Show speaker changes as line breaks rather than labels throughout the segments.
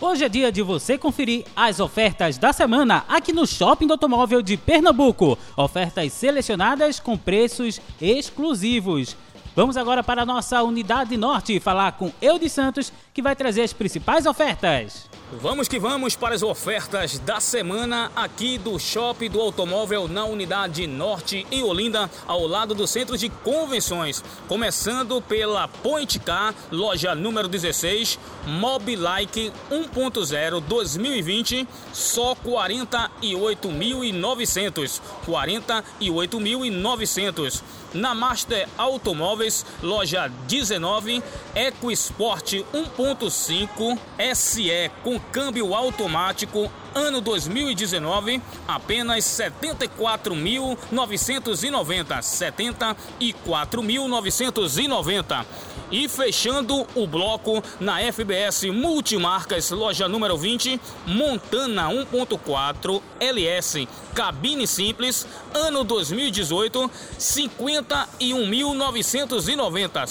Hoje é dia de você conferir as ofertas da semana aqui no Shopping do Automóvel de Pernambuco. Ofertas selecionadas com preços exclusivos. Vamos agora para a nossa Unidade Norte falar com Eudes Santos, que vai trazer as principais ofertas.
Vamos que vamos para as ofertas da semana aqui do Shopping do Automóvel na Unidade Norte em Olinda, ao lado do Centro de Convenções. Começando pela Point Car, loja número 16, Mobilike 1.0 2020, só 48.900. 48.900. Na Master Automóveis, loja 19, EcoSport 1.5 SE com câmbio automático, ano 2019, apenas 74.990. 74.990. E fechando o bloco na FBS Multimarcas, loja número 20, Montana 1.4 LS, cabine simples, ano 2018, 51.990.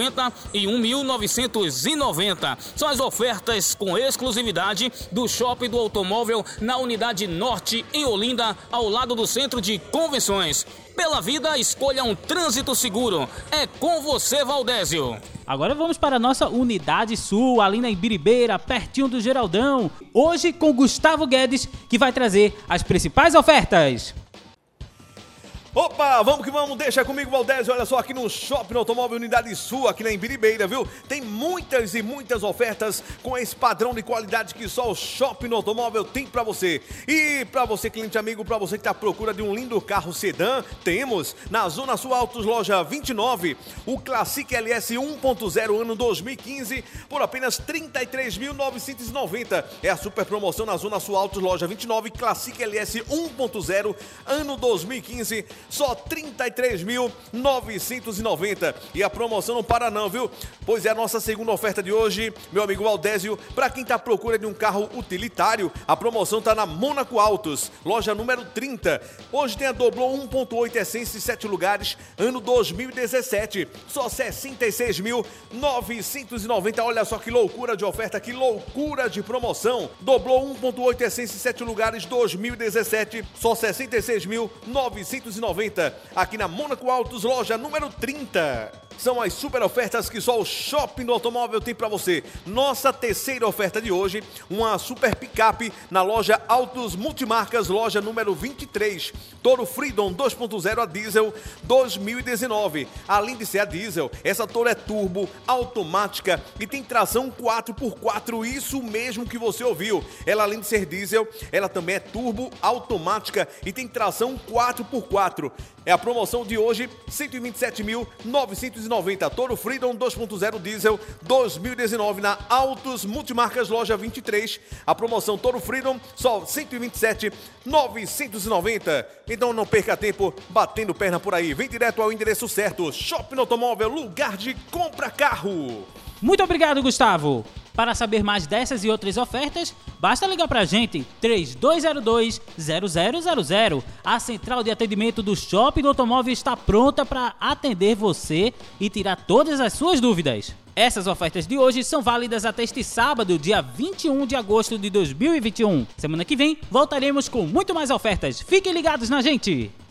51.990. São as ofertas com exclusividade do Shopping do Automóvel na Unidade Norte em Olinda, ao lado do Centro de Convenções. Pela vida, escolha um trânsito seguro. É com você, Valdésio.
Agora vamos para a nossa Unidade Sul, ali na Ibiribeira, pertinho do Geraldão. Hoje com Gustavo Guedes, que vai trazer as principais ofertas.
Opa, vamos que vamos, deixa comigo, Valdésio, olha só, aqui no Shopping Automóvel Unidade Sul, aqui na Ibiribeira, viu? Tem muitas e muitas ofertas com esse padrão de qualidade que só o Shopping Automóvel tem pra você. E pra você, cliente amigo, pra você que tá à procura de um lindo carro sedã, temos na Zona Sul Autos, loja 29, o Classic LS 1.0 ano 2015, por apenas R$ 33.990. É a super promoção na Zona Sul Autos, loja 29, Classic LS 1.0 ano 2015, só R$ 33.990. E a promoção não para não, viu? Pois é, a nossa segunda oferta de hoje, meu amigo Valdésio, para quem está à procura de um carro utilitário, a promoção está na Mônaco Autos, loja número 30. Hoje tem a Doblô 1.8 Essence 7 lugares, ano 2017, só R$ 66.990. Olha só que loucura de oferta, que loucura de promoção. Doblô 1.8 Essence 7 lugares 2017, só R$ 66.990. Aqui na Mônaco Autos, loja número 30. São as super ofertas que só o Shopping do Automóvel tem para você. Nossa terceira oferta de hoje, uma super picape na loja Autos Multimarcas, loja número 23. Toro Freedom 2.0 a diesel 2019. Além de ser a diesel, essa Toro é turbo, automática e tem tração 4x4, isso mesmo que você ouviu. Ela, além de ser diesel, ela também é turbo, automática e tem tração 4x4. É a promoção de hoje, R$ 127.990. Toro Freedom 2.0 diesel 2019 na Autos Multimarcas, loja 23. A promoção Toro Freedom só R$ 127.990. Então não perca tempo batendo perna por aí. Vem direto ao endereço certo. Shopping Automóvel, lugar de compra carro.
Muito obrigado, Gustavo. Para saber mais dessas e outras ofertas, basta ligar para a gente, 3202-0000. A central de atendimento do Shopping do Automóvel está pronta para atender você e tirar todas as suas dúvidas. Essas ofertas de hoje são válidas até este sábado, dia 21 de agosto de 2021. Semana que vem, voltaremos com muito mais ofertas. Fiquem ligados na gente!